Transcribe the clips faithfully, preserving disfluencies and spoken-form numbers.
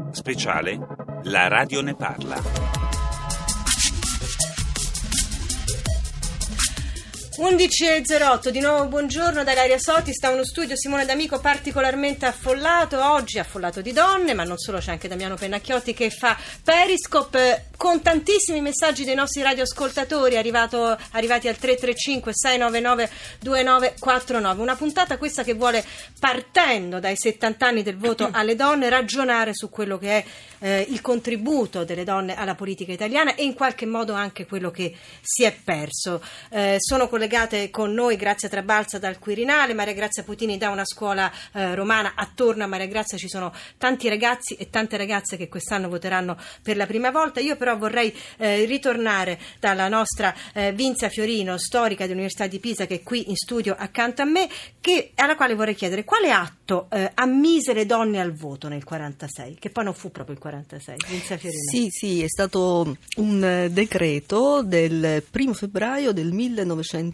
Speciale La radio ne parla. undici e zero otto, di nuovo buongiorno da Ilaria Sotti. Sta uno studio Simone D'Amico particolarmente affollato, oggi affollato di donne, ma non solo, c'è anche Damiano Pennacchiotti che fa Periscope con tantissimi messaggi dei nostri radioascoltatori arrivato, arrivati al tre tre cinque sei nove nove due nove quattro nove. Una puntata questa che vuole, partendo dai settanta anni del voto alle donne, ragionare su quello che è eh, il contributo delle donne alla politica italiana e in qualche modo anche quello che si è perso. Eh, sono collegati con noi Grazia Trabalza dal Quirinale, Maria Grazia Putini da una scuola eh, romana. Attorno a Maria Grazia ci sono tanti ragazzi e tante ragazze che quest'anno voteranno per la prima volta. Io però vorrei eh, ritornare dalla nostra eh, Vinzia Fiorino, storica dell'Università di Pisa, che è qui in studio accanto a me, che, alla quale vorrei chiedere quale atto eh, ammise le donne al voto nel quarantasei, che poi non fu proprio il quarantasei. Vinzia Fiorino. Sì, sì, è stato un decreto del primo febbraio del millenovecentoquarantacinque.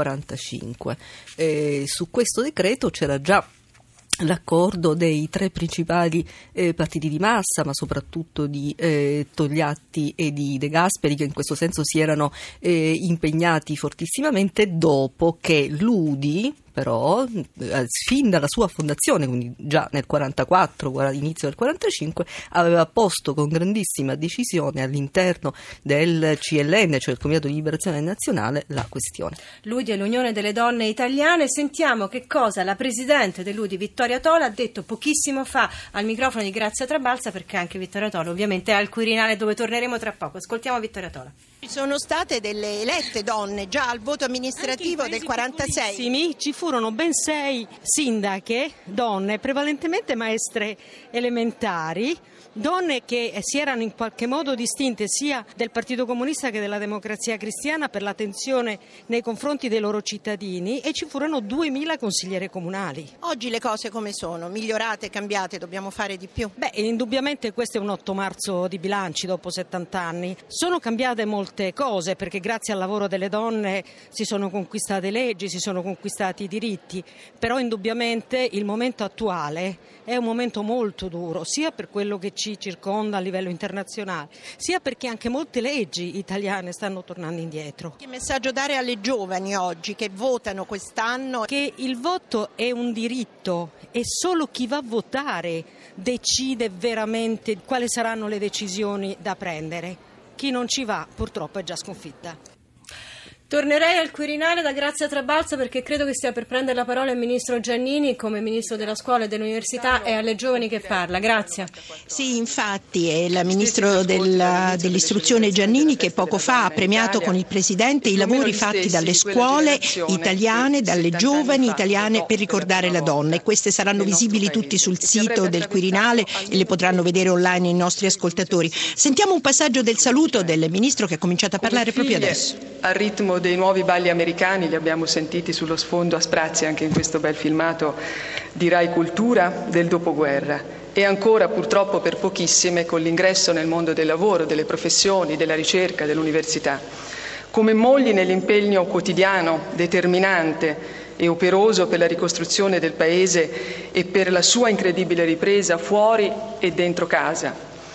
Eh, su questo decreto c'era già l'accordo dei tre principali eh, partiti di massa, ma soprattutto di eh, Togliatti e di De Gasperi, che in questo senso si erano eh, impegnati fortissimamente, dopo che l'U D I però eh, fin dalla sua fondazione, quindi già nel quarantaquattro, inizio del quarantacinque, aveva posto con grandissima decisione all'interno del C L N, cioè il Comitato di Liberazione Nazionale, la questione. L'U D I è l'Unione delle Donne Italiane. Sentiamo che cosa la presidente dell'U D I, Vittoria Tola, ha detto pochissimo fa al microfono di Grazia Trabalza, perché anche Vittoria Tola ovviamente è al Quirinale, dove torneremo tra poco. Ascoltiamo Vittoria Tola. Ci sono state delle elette donne già al voto amministrativo del quarantasei. Ci furono ben sei sindache, donne, prevalentemente maestre elementari, donne che si erano in qualche modo distinte sia del Partito Comunista che della Democrazia Cristiana per l'attenzione nei confronti dei loro cittadini, e ci furono duemila consigliere comunali. Oggi le cose come sono? Migliorate, cambiate, dobbiamo fare di più? Beh, indubbiamente questo è un otto marzo di bilanci dopo settanta anni. Sono cambiate molte cose, perché grazie al lavoro delle donne si sono conquistate leggi, si sono conquistati diritti, però indubbiamente il momento attuale è un momento molto duro, sia per quello che ci circonda a livello internazionale, sia perché anche molte leggi italiane stanno tornando indietro. Che messaggio dare alle giovani oggi che votano quest'anno? Che il voto è un diritto e solo chi va a votare decide veramente quali saranno le decisioni da prendere. Chi non ci va purtroppo è già sconfitta. Tornerei al Quirinale da Grazia Trabalza, perché credo che stia per prendere la parola il ministro Giannini come ministro della scuola e dell'università. È alle giovani che parla. Grazie. Sì, infatti è il ministro della, dell'istruzione Giannini che poco fa ha premiato con il presidente i lavori fatti dalle scuole italiane, dalle giovani italiane per ricordare la donna, e queste saranno visibili tutti sul sito del Quirinale e le potranno vedere online i nostri ascoltatori. Sentiamo un passaggio del saluto del ministro che ha cominciato a parlare proprio adesso. Al ritmo dei nuovi balli americani, li abbiamo sentiti sullo sfondo a sprazzi anche in questo bel filmato di Rai Cultura del dopoguerra, e ancora purtroppo per pochissime con l'ingresso nel mondo del lavoro, delle professioni, della ricerca, dell'università. Come mogli nell'impegno quotidiano, determinante e operoso per la ricostruzione del Paese e per la sua incredibile ripresa fuori e dentro casa.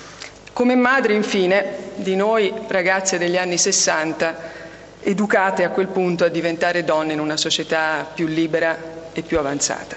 Come madri, infine, di noi ragazze degli anni sessanta, educate a quel punto a diventare donne in una società più libera e più avanzata.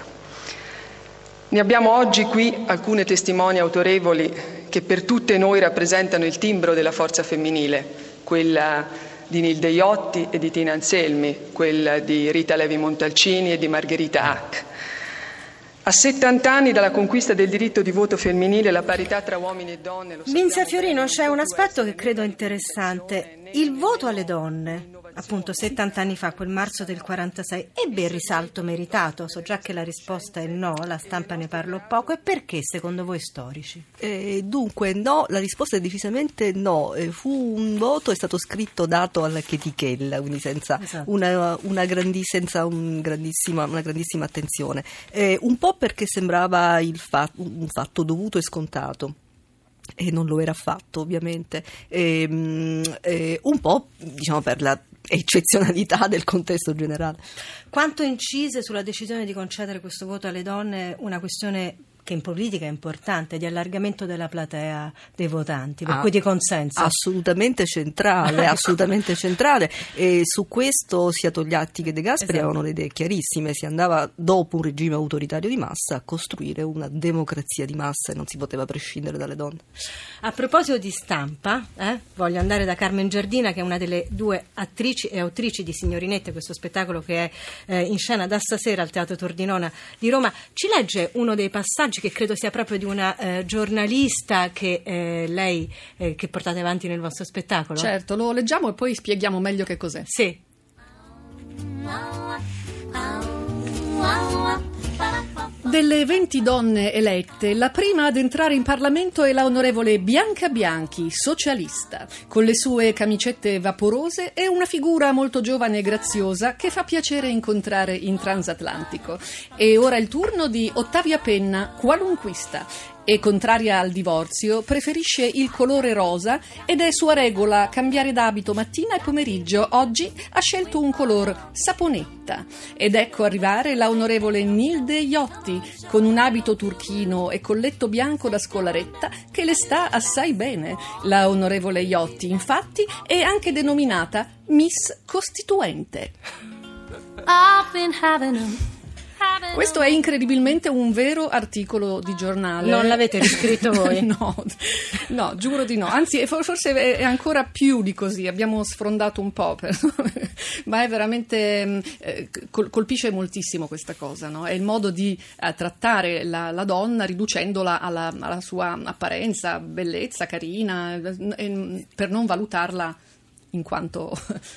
Ne abbiamo oggi qui alcune testimoni autorevoli che per tutte noi rappresentano il timbro della forza femminile, quella di Nilde Iotti e di Tina Anselmi, quella di Rita Levi Montalcini e di Margherita Hack. A settanta anni dalla conquista del diritto di voto femminile, la parità tra uomini e donne... Vinzia Fiorino, c'è un aspetto che credo interessante. Il voto alle donne, appunto settanta anni fa, quel marzo del quarantasei, ebbe il risalto meritato. So già che la risposta è no, la stampa ne parlò poco. E perché secondo voi storici? Eh, dunque no, la risposta è decisamente no. Eh, fu un voto, è stato scritto dato alla chetichella, quindi senza, esatto. una, una, grandi, senza un grandissima, una grandissima attenzione. Eh, un po' perché sembrava il fa- un fatto dovuto e scontato. E non lo era affatto, ovviamente, e, e un po' diciamo per la eccezionalità del contesto generale. Quanto incise sulla decisione di concedere questo voto alle donne una questione che in politica è importante, di allargamento della platea dei votanti, per ah, cui di consenso. Assolutamente centrale, assolutamente centrale. E su questo sia Togliatti che De Gasperi Esatto. avevano le idee chiarissime. Si andava, dopo un regime autoritario di massa, a costruire una democrazia di massa e non si poteva prescindere dalle donne. A proposito di stampa, eh, voglio andare da Carmen Giardina, che è una delle due attrici e autrici di Signorinette, questo spettacolo che è eh, in scena da stasera al Teatro Tordinona di Roma. Ci legge uno dei passaggi che credo sia proprio di una eh, giornalista che eh, lei eh, che portate avanti nel vostro spettacolo? Certo, lo leggiamo e poi spieghiamo meglio che cos'è. Sì. Delle venti donne elette, la prima ad entrare in Parlamento è la onorevole Bianca Bianchi, socialista. Con le sue camicette vaporose è una figura molto giovane e graziosa che fa piacere incontrare in transatlantico. E ora è il turno di Ottavia Penna, qualunquista. E contraria al divorzio, preferisce il colore rosa ed è sua regola cambiare d'abito mattina e pomeriggio. Oggi ha scelto un color saponetta. Ed ecco arrivare la onorevole Nilde Iotti con un abito turchino e colletto bianco da scolaretta che le sta assai bene. La onorevole Iotti, infatti, è anche denominata Miss Costituente. I've been having a Questo è incredibilmente un vero articolo di giornale. Non l'avete riscritto voi? no, no, giuro di no. Anzi, forse è ancora più di così. Abbiamo sfrondato un po', per... ma è veramente eh, colpisce moltissimo questa cosa, no? È il modo di eh, trattare la, la donna riducendola alla, alla sua apparenza, bellezza, carina, eh, per non valutarla in quanto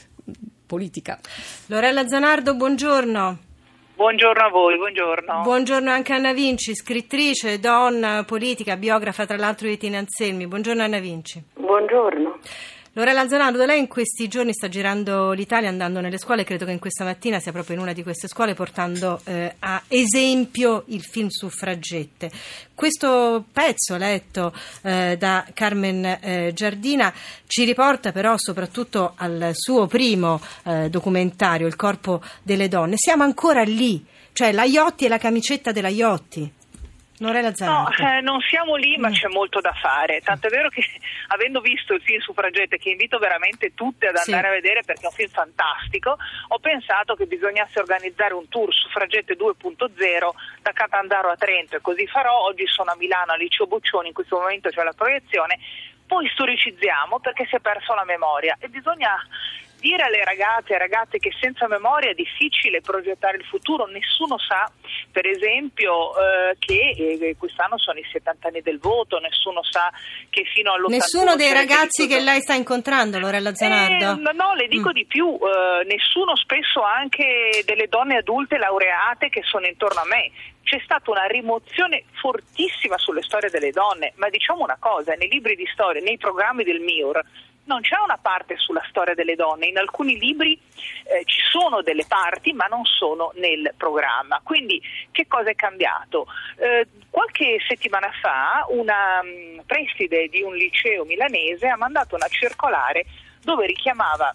politica. Lorella Zanardo, buongiorno. Buongiorno a voi, buongiorno. Buongiorno anche a Anna Vinci, scrittrice, donna, politica, biografa tra l'altro di Tina Anselmi. Buongiorno Anna Vinci. Buongiorno. Lorella Zanardo, lei in questi giorni sta girando l'Italia andando nelle scuole, credo che in questa mattina sia proprio in una di queste scuole portando eh, a esempio il film Suffragette. Questo pezzo letto eh, da Carmen eh, Giardina ci riporta però soprattutto al suo primo eh, documentario, Il corpo delle donne. Siamo ancora lì, cioè la Iotti e la camicetta della Iotti. Lorella No, eh, non siamo lì, ma mm. c'è molto da fare. Tanto è vero che, avendo visto il film Suffragette, che invito veramente tutte ad andare sì. a vedere perché è un film fantastico, ho pensato che bisognasse organizzare un tour Suffragette due punto zero da Catanzaro a Trento, e così farò. Oggi sono a Milano, al Liceo Boccioni, in questo momento c'è la proiezione. Poi storicizziamo perché si è perso la memoria e bisogna dire alle ragazze e ragazze che senza memoria è difficile progettare il futuro. Nessuno sa, per esempio, eh, che eh, quest'anno sono i settanta anni del voto, nessuno sa che fino all'ottantuno... Nessuno dei ragazzi che lei sta incontrando, Lorella Zanardo? Eh, no, le dico mm. di più, eh, nessuno, spesso anche delle donne adulte laureate che sono intorno a me. C'è stata una rimozione fortissima sulle storie delle donne, ma diciamo una cosa, nei libri di storia, nei programmi del M I U R, non c'è una parte sulla storia delle donne. In alcuni libri eh, ci sono delle parti, ma non sono nel programma. Quindi che cosa è cambiato? Eh, qualche settimana fa una mh, preside di un liceo milanese ha mandato una circolare dove richiamava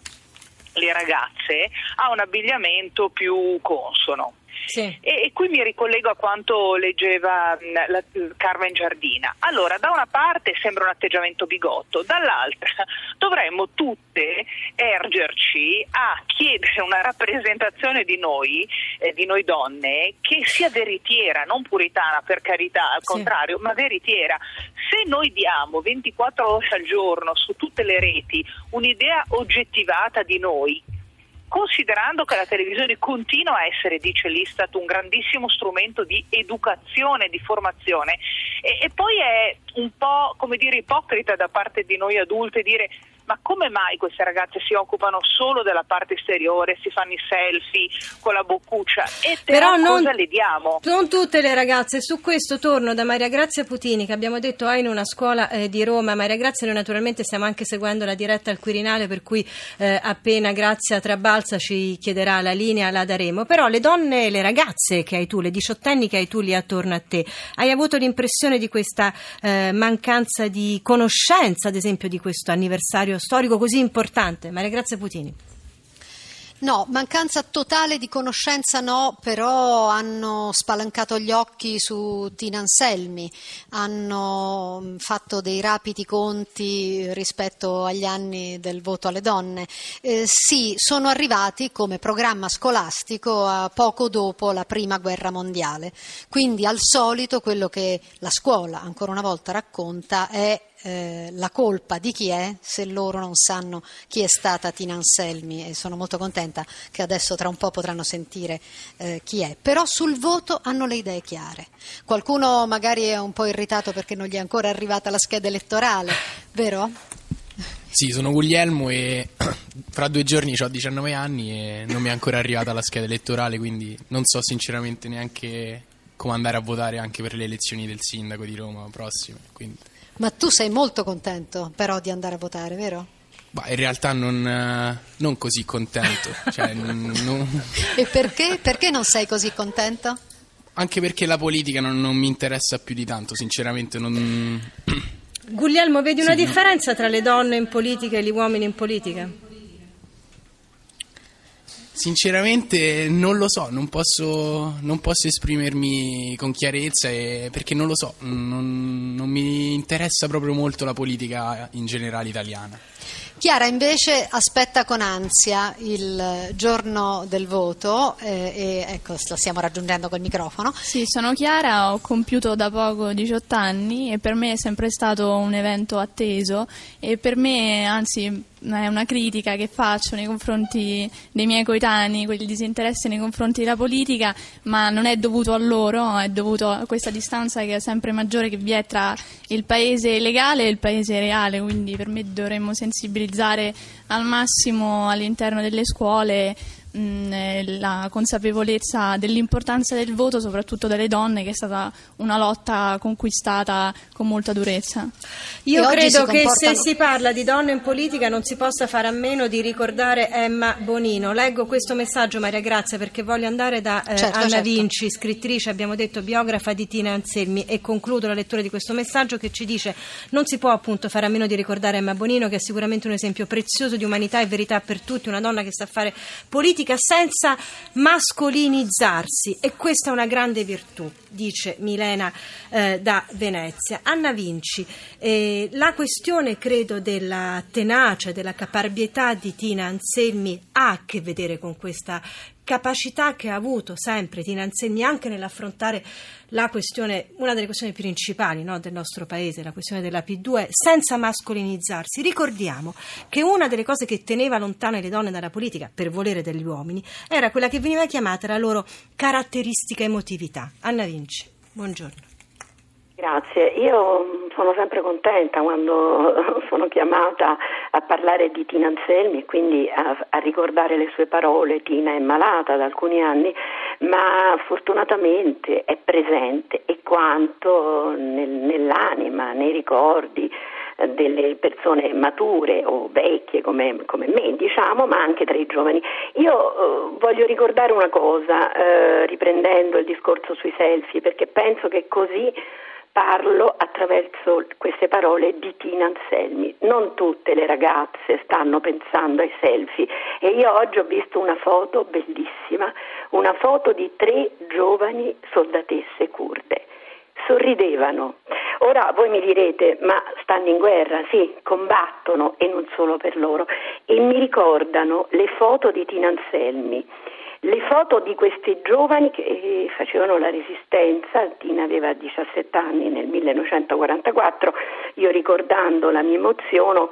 le ragazze a un abbigliamento più consono. Sì. E, e qui mi ricollego a quanto leggeva mh, la, Carmen Giardina. Allora, da una parte sembra un atteggiamento bigotto, dall'altra dovremmo tutte ergerci a chiedere una rappresentazione di noi, eh, di noi donne, che sia veritiera, non puritana, per carità, al sì. contrario, ma veritiera. Se noi diamo ventiquattro ore al giorno su tutte le reti un'idea oggettivata di noi, considerando che la televisione continua a essere, dice l'Istat, un grandissimo strumento di educazione, di formazione, e, e poi è un po', come dire, ipocrita da parte di noi adulte dire: ma come mai queste ragazze si occupano solo della parte esteriore, si fanno i selfie con la boccuccia, e però, però non, cosa le diamo? Non tutte le ragazze. Su questo torno da Maria Grazia Putini, che abbiamo detto ha in una scuola eh, di Roma. Maria Grazia, noi naturalmente stiamo anche seguendo la diretta al Quirinale, per cui eh, appena Grazia trabalza ci chiederà la linea, la daremo. Però le donne, le ragazze che hai tu, le diciottenni che hai tu lì attorno a te, hai avuto l'impressione di questa eh, mancanza di conoscenza, ad esempio, di questo anniversario storico così importante? Maria Grazia Putini. No, mancanza totale di conoscenza no, però hanno spalancato gli occhi su Tina Anselmi, hanno fatto dei rapidi conti rispetto agli anni del voto alle donne. Eh, sì, sono arrivati come programma scolastico a poco dopo la prima guerra mondiale, quindi al solito quello che la scuola ancora una volta racconta è Eh, la colpa di chi è se loro non sanno chi è stata Tina Anselmi, e sono molto contenta che adesso tra un po' potranno sentire eh, chi è, però sul voto hanno le idee chiare. Qualcuno magari è un po' irritato perché non gli è ancora arrivata la scheda elettorale, vero? Sì, sono Guglielmo e fra due giorni ho diciannove anni e non mi è ancora arrivata la scheda elettorale, quindi non so sinceramente neanche come andare a votare anche per le elezioni del sindaco di Roma prossime, quindi. Ma tu sei molto contento però di andare a votare, vero? Bah, in realtà non, non così contento. Cioè, non, non... E perché? Perché non sei così contento? Anche perché la politica non, non mi interessa più di tanto, sinceramente. Non... Guglielmo, vedi una sì, differenza no. tra le donne in politica e gli uomini in politica? Sinceramente non lo so, non posso, non posso esprimermi con chiarezza e, perché non lo so, non, non mi interessa proprio molto la politica in generale italiana. Chiara invece aspetta con ansia il giorno del voto eh, e ecco, la stiamo raggiungendo col microfono. Sì, sono Chiara, ho compiuto da poco diciotto anni e per me è sempre stato un evento atteso e per me, anzi, è una critica che faccio nei confronti dei miei coetanei, quel disinteresse nei confronti della politica, ma non è dovuto a loro, è dovuto a questa distanza che è sempre maggiore che vi è tra il paese legale e il paese reale, quindi per me dovremmo sensibilizzare al massimo all'interno delle scuole mh, la consapevolezza dell'importanza del voto, soprattutto delle donne, che è stata una lotta conquistata con molta durezza. Io e credo si che comportano... se si parla di donne in politica non si possa fare a meno di ricordare Emma Bonino. Leggo questo messaggio, Maria Grazia, perché voglio andare da eh, certo, Anna certo. Vinci, scrittrice, abbiamo detto biografa di Tina Anselmi, e concludo la lettura di questo messaggio che ci dice: non si può appunto fare a meno di ricordare Emma Bonino, che è sicuramente un esempio prezioso di umanità e verità per tutti, una donna che sa fare politica senza mascolinizzarsi, e questa è una grande virtù, dice Milena eh, da Venezia. Anna Vinci, eh, la questione credo della tenacia, della caparbietà di Tina Anselmi ha a che vedere con questa capacità che ha avuto sempre Tina Anselmi anche nell'affrontare la questione, una delle questioni principali, no, del nostro paese, la questione della P due, senza mascolinizzarsi. Ricordiamo che una delle cose che teneva lontane le donne dalla politica, per volere degli uomini, era quella che veniva chiamata la loro caratteristica emotività. Anna Vinci, buongiorno. Grazie, io sono sempre contenta quando sono chiamata a parlare di Tina Anselmi e quindi a, a ricordare le sue parole. Tina è malata da alcuni anni, ma fortunatamente è presente e quanto nel, nell'anima, nei ricordi delle persone mature o vecchie come, come me, diciamo, ma anche tra i giovani. Io eh, voglio ricordare una cosa, eh, riprendendo il discorso sui selfie, perché penso che così parlo attraverso queste parole di Tina Anselmi. Non tutte le ragazze stanno pensando ai selfie e io oggi ho visto una foto bellissima, una foto di tre giovani soldatesse curde. Sorridevano. Ora voi mi direte, ma stanno in guerra? Sì, combattono e non solo per loro. E mi ricordano le foto di Tina Anselmi. Le foto di questi giovani che facevano la resistenza. Tina aveva diciassette anni nel millenovecentoquarantaquattro, io ricordando la mi emoziono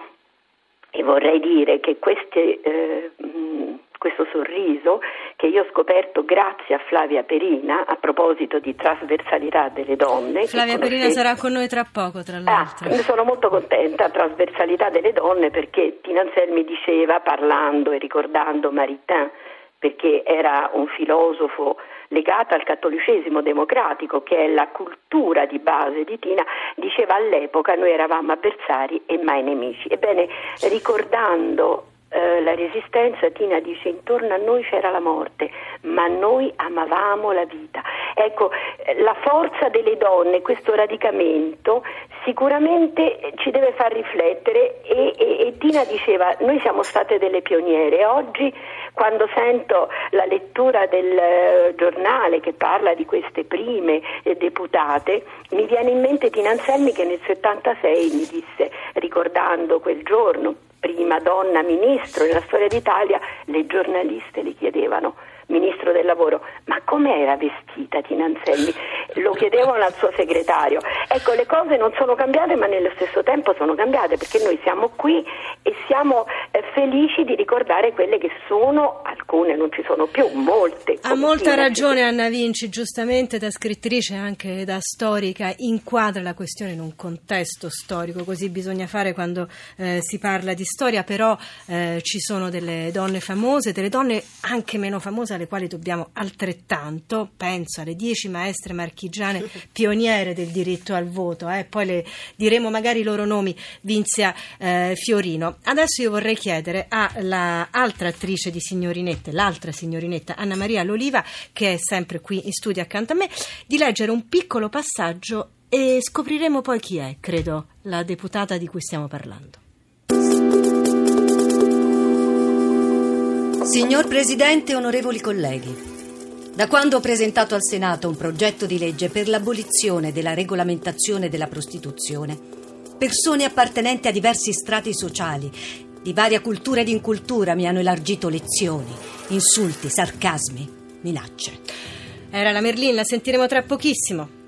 e vorrei dire che queste, eh, questo sorriso che io ho scoperto grazie a Flavia Perina a proposito di trasversalità delle donne. Flavia Perina sarà con noi tra poco, tra l'altro. Ah, sono molto contenta, trasversalità delle donne, perché Tina Anselmi diceva, parlando e ricordando Maritain, perché era un filosofo legato al cattolicesimo democratico, che è la cultura di base di Tina, diceva all'epoca noi eravamo avversari e mai nemici. Ebbene, ricordando eh, la resistenza, Tina dice intorno a noi c'era la morte, ma noi amavamo la vita. Ecco, la forza delle donne, questo radicamento sicuramente ci deve far riflettere e, e, e Tina diceva, noi siamo state delle pioniere. Oggi quando sento la lettura del eh, giornale che parla di queste prime eh, deputate, mi viene in mente Tina Anselmi che nel settantasei mi disse, ricordando quel giorno, prima donna ministro nella storia d'Italia, le giornaliste le chiedevano, ministro del lavoro, ma com'era vestita Tina Anselmi? Lo chiedevano al suo segretario. Ecco, le cose non sono cambiate, ma nello stesso tempo sono cambiate, perché noi siamo qui e siamo eh, felici di ricordare quelle che sono, alcune non ci sono più, molte. Ha molta ragione Anna Vinci, giustamente da scrittrice e anche da storica inquadra la questione in un contesto storico, così bisogna fare quando eh, si parla di storia, però eh, ci sono delle donne famose, delle donne anche meno famose alle quali dobbiamo altrettanto, penso alle dieci maestre marchigiane pioniere del diritto al voto, eh, poi le diremo magari i loro nomi, Vinzia eh, Fiorino. Adesso io vorrei chiedere all'altra attrice di Signorinette, l'altra Signorinetta, Anna Maria L'Oliva, che è sempre qui in studio accanto a me, di leggere un piccolo passaggio e scopriremo poi chi è, credo, la deputata di cui stiamo parlando. Signor Presidente, onorevoli colleghi, da quando ho presentato al Senato un progetto di legge per l'abolizione della regolamentazione della prostituzione, persone appartenenti a diversi strati sociali, di varia cultura ed incultura, mi hanno elargito lezioni, insulti, sarcasmi, minacce. Era la Merlin, la sentiremo tra pochissimo.